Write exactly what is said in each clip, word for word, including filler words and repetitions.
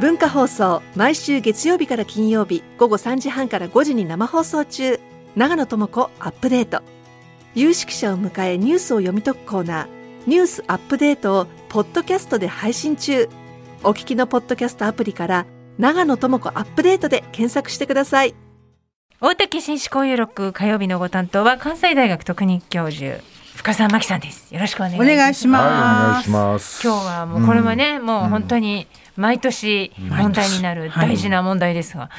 文化放送、毎週月曜日から金曜日午後さんじはんからごじに生放送中。長野智子アップデート。有識者を迎えニュースを読み解くコーナー、ニュースアップデートをポッドキャストで配信中。お聞きのポッドキャストアプリから長野智子アップデートで検索してください。 大竹紳士交友録、火曜日のご担当は関西大学特任教授深澤真希さんです。よろしくお願いします。 お願いします、 はい、お願いします。 今日はもうこれもね、うん、もう本当に毎年問題になる大事な問題ですが、はい、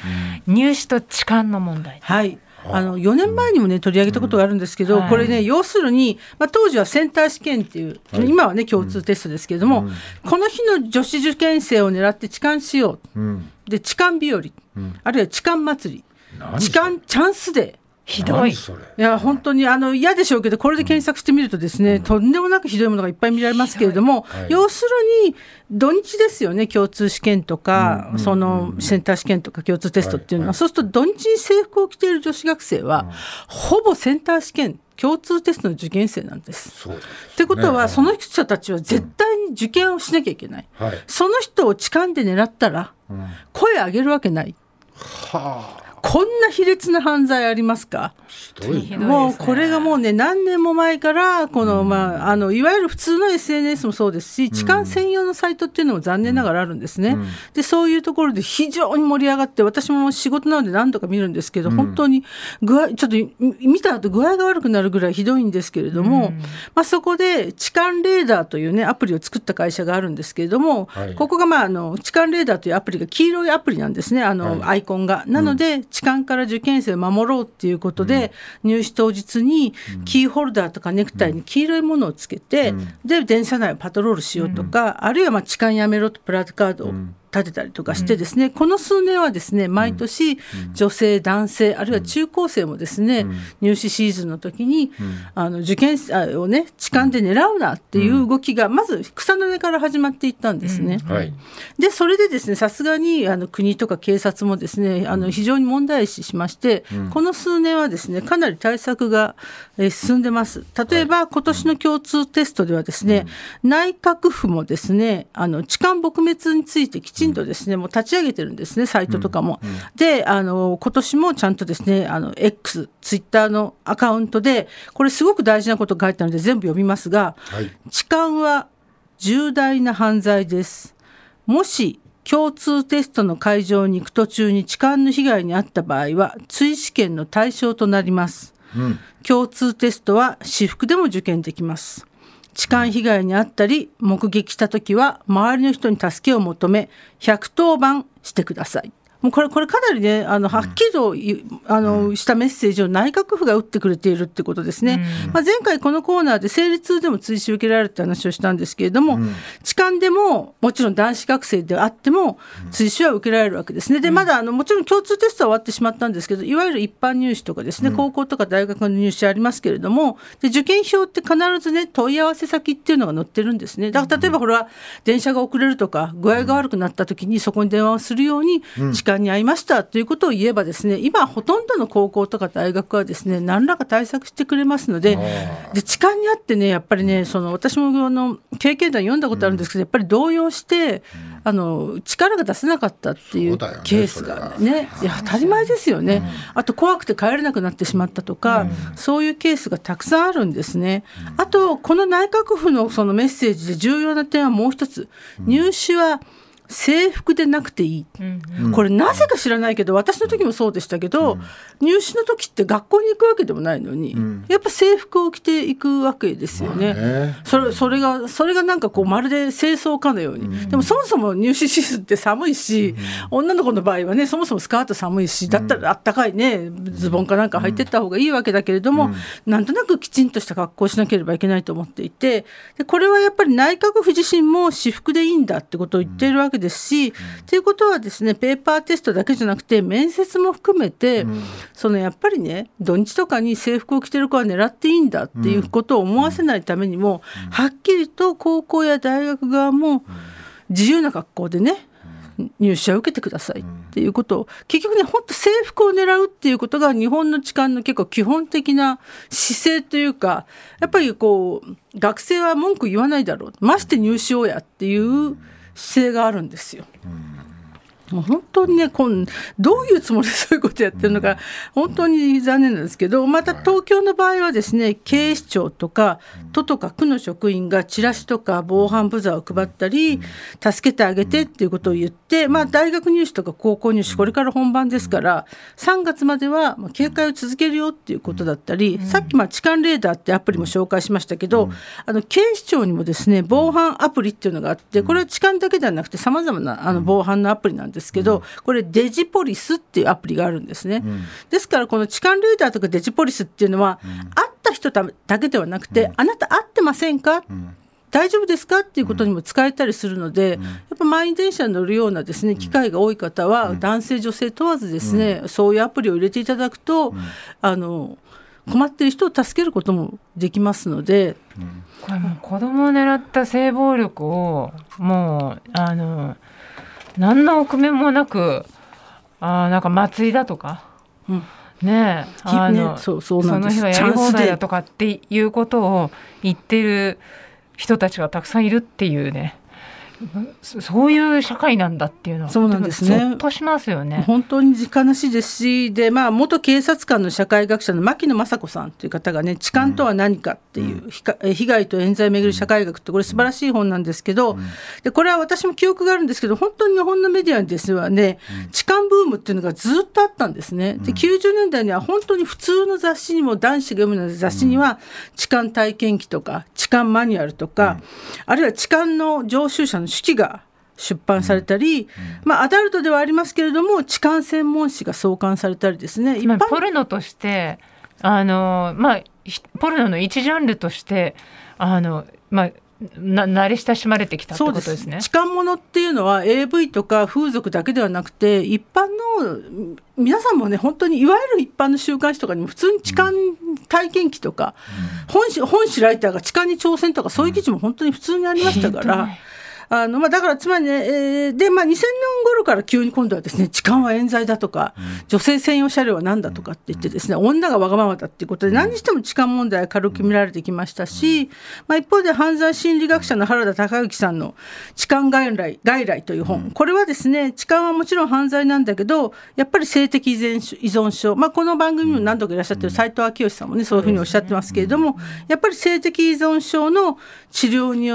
入試と痴漢の問題。 はい、あのよねんまえにも、ね、取り上げたことがあるんですけど、うん、これね、要するに、まあ、当時はセンター試験っていう、はい、今はね共通テストですけれども、うん、この日の女子受験生を狙って痴漢しよう、うん、で痴漢日和、うん、あるいは痴漢祭り、痴漢チャンスデー、 ひどい。いや本当にあの嫌でしょうけど、これで検索してみるとですね、うん、とんでもなくひどいものがいっぱい見られますけれども、はい、要するに土日ですよね、共通試験とか、うん、そのセンター試験とか共通テストっていうのは、はいはい、そうすると土日に制服を着ている女子学生は、うん、ほぼセンター試験共通テストの受験生なんです。そうですね。ってことは、その人たちは絶対に受験をしなきゃいけない、うんはい、その人を痴漢で狙ったら、うん、声上げるわけない。はあ、こんな卑劣な犯罪ありますか？ひどい、ね、もうこれがもうね、何年も前からこの、うん、まあ、あのいわゆる普通の エスエヌエス もそうですし、痴漢専用のサイトっていうのも残念ながらあるんですね、うん、でそういうところで非常に盛り上がって、私も仕事なので何度か見るんですけど、うん、本当に具合ちょっと見た後具合が悪くなるぐらいひどいんですけれども、うん、まあ、そこで痴漢レーダーという、ね、アプリを作った会社があるんですけれども、はい、ここが、まあ、あの痴漢レーダーというアプリが黄色いアプリなんですね、あの、はい、アイコンがなので、うん、痴漢から受験生を守ろうっていうことで、うん、入試当日にキーホルダーとかネクタイに黄色いものをつけて、うん、で電車内をパトロールしようとか、うん、あるいはまあ痴漢やめろとプラカードを立てたりとかしてですね、うん、この数年はですね、毎年女性男性あるいは中高生もですね、うん、入試シーズンの時に、うん、あの受験をね痴漢で狙うなっていう動きがまず草の根から始まっていったんですね、うんはい、でそれでですね、さすがにあの国とか警察もですね、あの非常に問題視しまして、うん、この数年はですねかなり対策が、えー、進んでます。例えば、はい、今年の共通テストではですね、うん、内閣府もですね、あの痴漢撲滅についてきちんとですね、もう立ち上げてるんですね、サイトとかも、うんうん、であの今年もちゃんとですね、あの X ツイッターのアカウントでこれすごく大事なことが書いてあるので全部読みますが、はい、痴漢は重大な犯罪です。もし共通テストの会場に行く途中に痴漢の被害に遭った場合は追試験の対象となります、うん、共通テストは私服でも受験できます。痴漢被害に遭ったり目撃したときは周りの人に助けを求めひゃくとおばんしてください。もうこれ、これかなりね、あのはっきりと、うん、あのしたメッセージを内閣府が打ってくれているってことですね、うんまあ、前回このコーナーで生理痛でも追試受けられるって話をしたんですけれども、うん、痴漢でももちろん男子学生であっても追試は受けられるわけですね。でまだあのもちろん共通テストは終わってしまったんですけど、いわゆる一般入試とかですね、うん、高校とか大学の入試ありますけれども、で受験票って必ずね問い合わせ先っていうのが載ってるんですね。だから例えばほら電車が遅れるとか具合が悪くなった時にそこに電話をするように、うん、痴漢に遭いましたということを言えばですね、今ほとんどの高校とか大学はですね何らか対策してくれますので、で痴漢にあってね、やっぱりね、その私もあの経験談読んだことあるんですけど、やっぱり動揺して、うん、あの力が出せなかったっていうケースが ね, ねいや当たり前ですよね、うん、あと怖くて帰れなくなってしまったとか、うん、そういうケースがたくさんあるんですね、うん、あとこの内閣府 の, そのメッセージで重要な点はもう一つ、うん、入試は制服でなくていい、うん、これなぜか知らないけど私の時もそうでしたけど、うん、入試の時って学校に行くわけでもないのに、うん、やっぱ制服を着ていくわけですよね、まあね、それ、それがそれがなんかこうまるで清掃かのように、うん、でもそもそも入試シーズンって寒いし、うん、女の子の場合はねそもそもスカート寒いし、だったらあったかいねズボンかなんか履いてった方がいいわけだけれども、うん、なんとなくきちんとした格好をしなければいけないと思っていて、でこれはやっぱり内閣府自身も私服でいいんだってことを言っているわけですし、うん、ということはですね、ペーパーテストだけじゃなくて面接も含めて、うん、そのやっぱりね土日とかに制服を着てる子は狙っていいんだっていうことを思わせないためにも、うん、はっきりと高校や大学側も自由な格好でね入試を受けてくださいっていうことを、結局ね本当制服を狙うっていうことが日本の痴漢の結構基本的な姿勢というか、やっぱりこう学生は文句言わないだろう、まして入試をやっていう姿勢があるんですよ。 もう本当にねこんどういうつもりでそういうことやってるのか、うん、本当に残念なんですけど、また東京の場合はですね、警視庁とか都とか区の職員がチラシとか防犯ブザーを配ったり、助けてあげてっていうことを言って、まあ、大学入試とか高校入試これから本番ですからさんがつまでは警戒を続けるよっていうことだったり、さっきまあ痴漢レーダーってアプリも紹介しましたけど、あの警視庁にもですね防犯アプリっていうのがあって、これは痴漢だけではなくてさまざまなあの防犯のアプリなんですけど、これデジポリスっていうアプリがあるんですね、うん、ですからこの痴漢レーダーとかデジポリスっていうのは、うん、会った人だけではなくて、うん、あなた会ってませんか、うん、大丈夫ですかっていうことにも使えたりするので、うん、やっぱ満員電車に乗るようなですね機会が多い方は、うん、男性女性問わずですね、うん、そういうアプリを入れていただくと、うん、あの困っている人を助けることもできますので、 うん、これもう子供を狙った性暴力をもうあの何の臆面もなく、あなんか祭りだとか、うん、ねえあの、ね、そうそうなんです、その日はやり放題だとかっていうことを言ってる人たちがたくさんいるっていうね、そういう社会なんだっていうのはそうなんですね。 ゾッとしますよね。 本当に悲しいですし、で、まあ、元警察官の社会学者の牧野雅子さんという方がね、痴漢とは何かっていう、うん、被害と冤罪をめぐる社会学ってこれ素晴らしい本なんですけど、うん、でこれは私も記憶があるんですけど、本当に日本のメディアにですはね、うん、痴漢ブームっていうのがずっとあったんですね。できゅうじゅうねんだいには本当に普通の雑誌にも、男子が読むような雑誌には痴漢体験記とか痴漢マニュアルとか、うん、あるいは痴漢の常習者の手記が出版されたり、うんまあ、アダルトではありますけれども痴漢専門誌が創刊されたりですね、 つまりポルノとしてあの、まあ、ポルノの一ジャンルとしてあの、まあ、な慣れ親しまれてきたってことですね。 痴漢ものっていうのは エーブイ とか風俗だけではなくて、一般の皆さんもね本当にいわゆる一般の週刊誌とかにも普通に痴漢体験記とか、うん、本誌本誌ライターが痴漢に挑戦とかそういう記事も本当に普通にありましたから、うんあのまあ、だからつまりね、えーでまあ、にせんねん頃から急に今度はですね痴漢は冤罪だとか、うん、女性専用車両は何だとかって言ってですね、うん、女がわがままだっていうことで何にしても痴漢問題は軽く見られてきましたし、うんまあ、一方で犯罪心理学者の原田孝之さんの痴漢外来、外来という本、これはですね痴漢はもちろん犯罪なんだけどやっぱり性的依存症、まあ、この番組にも何度かいらっしゃってる斉藤昭義さんもねそういうふうにおっしゃってますけれども、やっぱり性的依存症の治療によって、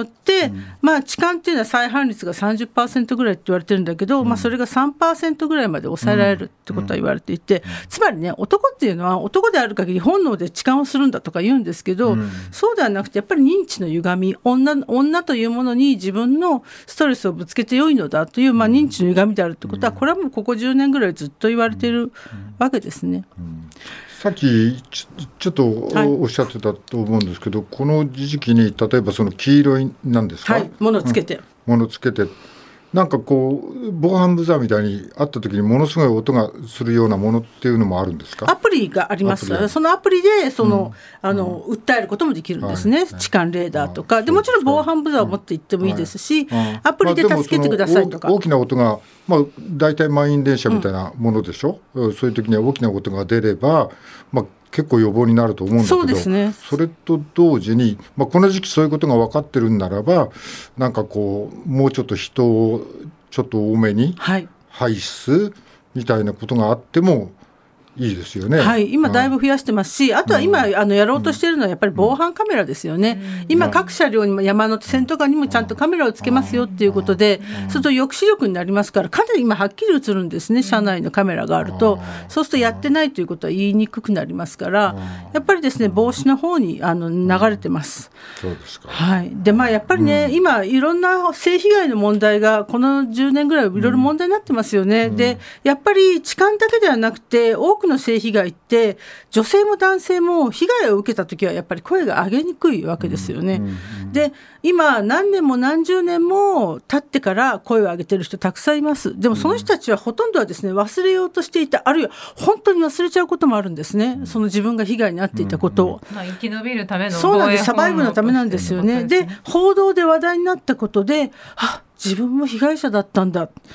まあ、痴漢っていうのは再犯率が さんじゅっパーセント ぐらいって言われてるんだけど、うんまあ、それが さんパーセント ぐらいまで抑えられるってことは言われていて、うんうん、つまりね男っていうのは男である限り本能で痴漢をするんだとか言うんですけど、うん、そうではなくてやっぱり認知の歪み 女, 女というものに自分のストレスをぶつけて良いのだという、まあ、認知の歪みであるってことはこれはもうここじゅうねんぐらいずっと言われているわけですね。 うんうんさっき ち, ちょっとおっしゃってたと思うんですけど、はい、この時期に例えばその黄色いなんですか、 はい、物つけて、 うん、物つけてなんかこう防犯ブザーみたいにあった時にものすごい音がするようなものっていうのもあるんですか？ アプリがあります。そのアプリでその、うん、あの訴えることもできるんですね、はい、痴漢レーダーとかでもちろん防犯ブザーを持っていってもいいですし、うんはい、アプリで助けてくださいとか、 まあ、大きな音が、まあ、大体満員電車みたいなものでしょ、うん、そういう時には大きな音が出れば、まあ結構予防になると思うんだけど、 そうですね、 それと同時に、まあ、この時期そういうことが分かってるんならばなんかこうもうちょっと人をちょっと多めに排出みたいなことがあってもいいですよね。 はい、今だいぶ増やしてますし、あとは今、うん、あのやろうとしているのはやっぱり防犯カメラですよね、うん、今各車両にも山手線とかにもちゃんとカメラをつけますよっていうことで、うん、そうすると抑止力になりますからかなり今はっきり映るんですね、車内のカメラがあると、うん、そうするとやってないということは言いにくくなりますから、うん、やっぱりですね防止の方にあの流れてます、 うん、そうですか、 はい、でまあやっぱりね、うん、今いろんな性被害の問題がこのじゅうねんぐらいいろいろ問題になってますよね、うん、でやっぱり痴漢だけではなくて多くの性被害って女性も男性も被害を受けたときはやっぱり声が上げにくいわけですよね、うんうんうん、で今何年も何十年も経ってから声を上げてる人たくさんいます。でもその人たちはほとんどはですね忘れようとしていた、あるいは本当に忘れちゃうこともあるんですね、その自分が被害に遭っていたことを、 うんうんまあ、生き延びるためのそうなんです、サバイブのためなんですよね。で報道で話題になったことであ自分も被害者だったんだ、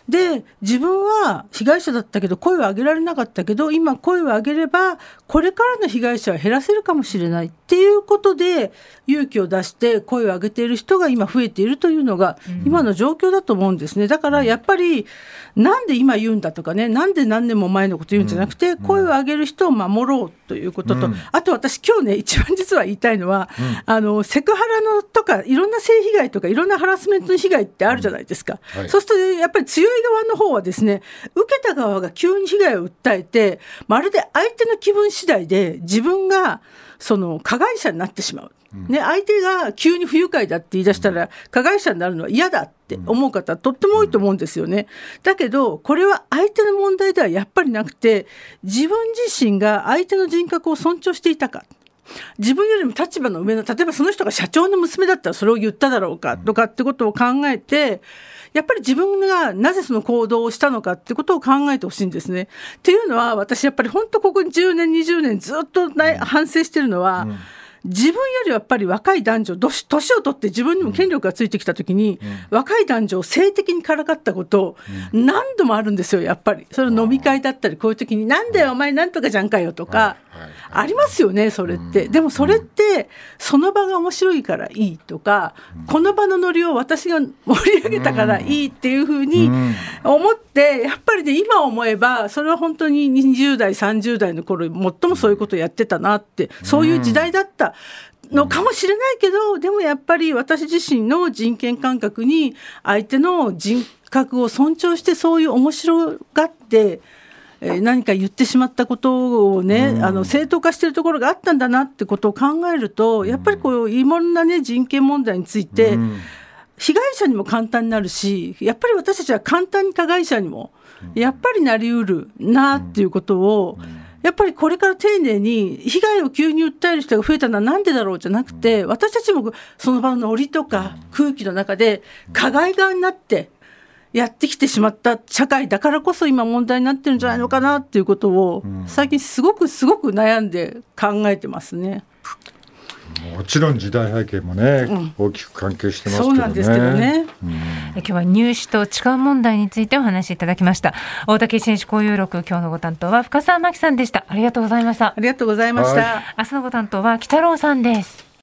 で自分は被害者だったけど声を上げられなかったけど、今声を上げればこれからの被害者は減らせるかもしれないっていうことで勇気を出して声を上げている人が今増えているというのが今の状況だと思うんですね。だからやっぱりなんで今言うんだとかね、なんで何年も前のこと言うんじゃなくて、声を上げる人を守ろうということと、あと私今日ね一番実は言いたいのは、あのセクハラのとかいろんな性被害とかいろんなハラスメントの被害ってあるじゃないですか、はい、そうするとやっぱり強い側の方はですね、受けた側が急に被害を訴えてまるで相手の気分次第で自分がその加害者になってしまう、うんね、相手が急に不愉快だって言い出したら加害者になるのは嫌だって思う方はとっても多いと思うんですよね。だけどこれは相手の問題ではやっぱりなくて、自分自身が相手の人格を尊重していたか、自分よりも立場の上の、例えばその人が社長の娘だったらそれを言っただろうかとかってことを考えて、やっぱり自分がなぜその行動をしたのかってことを考えてほしいんですね。っていうのは私やっぱり本当ここじゅうねんにじゅうねんずっと反省してるのは、うん自分よりやっぱり若い男女、年を取って自分にも権力がついてきたときに、うん、若い男女を性的にからかったこと何度もあるんですよ。やっぱりそれ飲み会だったりこういう時になんだよお前なんとかじゃんかよとかありますよね、それって。でもそれってその場が面白いからいいとか、この場のノリを私が盛り上げたからいいっていうふうに思って、やっぱりね今思えばそれは本当ににじゅう代さんじゅう代の頃最もそういうことをやってたなって、そういう時代だったのかもしれないけど、でもやっぱり私自身の人権感覚に相手の人格を尊重してそういう面白がって何か言ってしまったことをね、あの正当化しているところがあったんだなってことを考えると、やっぱりこういろんなね人権問題について被害者にも簡単になるし、やっぱり私たちは簡単に加害者にもやっぱりなりうるなっていうことを、やっぱりこれから丁寧に被害を急に訴える人が増えたのはなんでだろうじゃなくて、私たちもその場のノリとか空気の中で加害側になってやってきてしまった社会だからこそ今問題になってるんじゃないのかなっていうことを最近すごくすごく悩んで考えてますね。 もちろん時代背景もね、うん、大きく関係してますけどね。 そうなんですけどね、 うん、今日は入試と痴漢問題についてお話しいただきました。大竹選手交友録、今日のご担当は深澤真希さんでした。ありがとうございました。 ありがとうございました。 明日のご担当は北郎さんです。